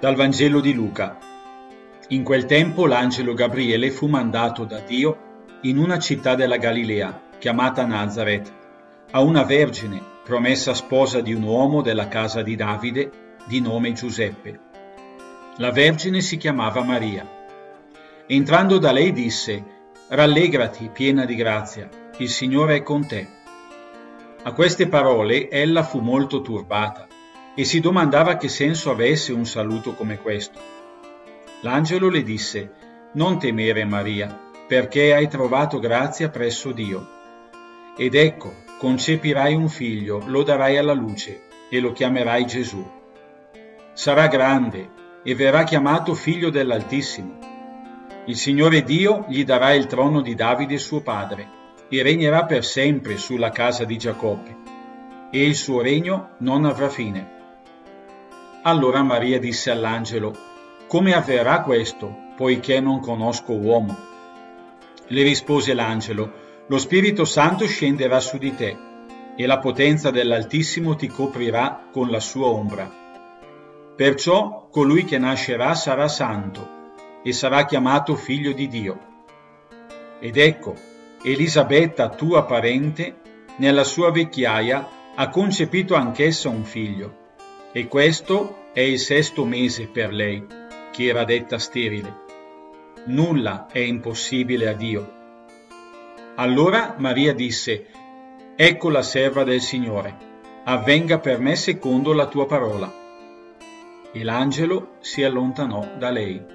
Dal Vangelo di Luca. In quel tempo l'angelo Gabriele fu mandato da Dio in una città della Galilea, chiamata Nazaret, a una vergine, promessa sposa di un uomo della casa di Davide, di nome Giuseppe. La vergine si chiamava Maria. Entrando da lei disse: «Rallegrati, piena di grazia, il Signore è con te». A queste parole ella fu molto turbata e si domandava che senso avesse un saluto come questo. L'angelo le disse: «Non temere, Maria, perché hai trovato grazia presso Dio. Ed ecco, concepirai un figlio, lo darai alla luce e lo chiamerai Gesù. Sarà grande e verrà chiamato figlio dell'Altissimo. Il Signore Dio gli darà il trono di Davide suo padre e regnerà per sempre sulla casa di Giacobbe, e il suo regno non avrà fine». Allora Maria disse all'angelo: «Come avverrà questo, poiché non conosco uomo?» Le rispose l'angelo: «Lo Spirito Santo scenderà su di te, e la potenza dell'Altissimo ti coprirà con la sua ombra. Perciò colui che nascerà sarà santo, e sarà chiamato figlio di Dio. Ed ecco, Elisabetta, tua parente, nella sua vecchiaia ha concepito anch'essa un figlio, e questo è il 6° mese per lei, che era detta sterile. Nulla è impossibile a Dio». Allora Maria disse: «Ecco la serva del Signore, avvenga per me secondo la tua parola». E l'angelo si allontanò da lei.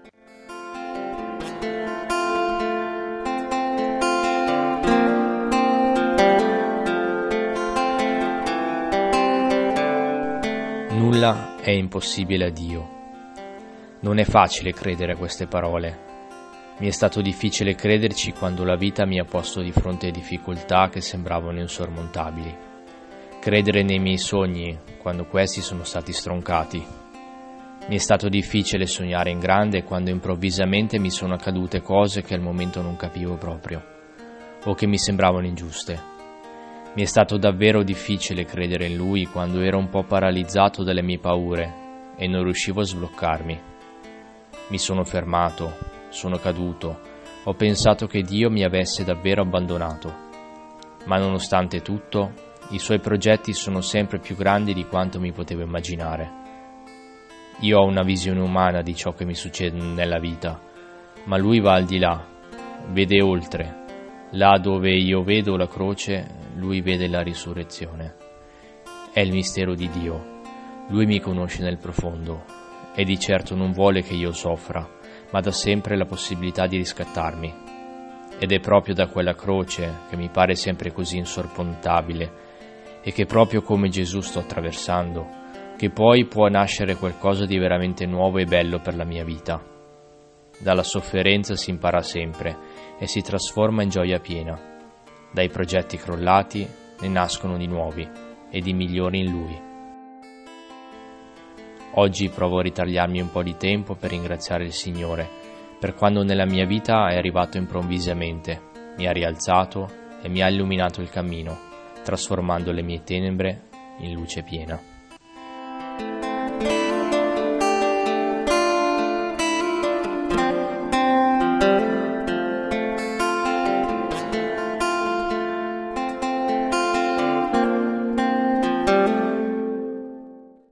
Nulla è impossibile a Dio. Non è facile credere a queste parole. Mi è stato difficile crederci quando la vita mi ha posto di fronte a difficoltà che sembravano insormontabili. Credere nei miei sogni quando questi sono stati stroncati. Mi è stato difficile sognare in grande quando improvvisamente mi sono accadute cose che al momento non capivo proprio, o che mi sembravano ingiuste. Mi è stato davvero difficile credere in Lui quando ero un po' paralizzato dalle mie paure e non riuscivo a sbloccarmi. Mi sono fermato, sono caduto, ho pensato che Dio mi avesse davvero abbandonato. Ma nonostante tutto, i Suoi progetti sono sempre più grandi di quanto mi potevo immaginare. Io ho una visione umana di ciò che mi succede nella vita, ma Lui va al di là, vede oltre. Là dove io vedo la croce, Lui vede la risurrezione. È il mistero di Dio. Lui mi conosce nel profondo e di certo non vuole che io soffra, ma dà sempre la possibilità di riscattarmi. Ed è proprio da quella croce, che mi pare sempre così insormontabile e che proprio come Gesù sto attraversando, che poi può nascere qualcosa di veramente nuovo e bello per la mia vita. Dalla sofferenza si impara sempre e si trasforma in gioia piena. Dai progetti crollati ne nascono di nuovi e di migliori in Lui. Oggi provo a ritagliarmi un po' di tempo per ringraziare il Signore per quando nella mia vita è arrivato improvvisamente, mi ha rialzato e mi ha illuminato il cammino, trasformando le mie tenebre in luce piena.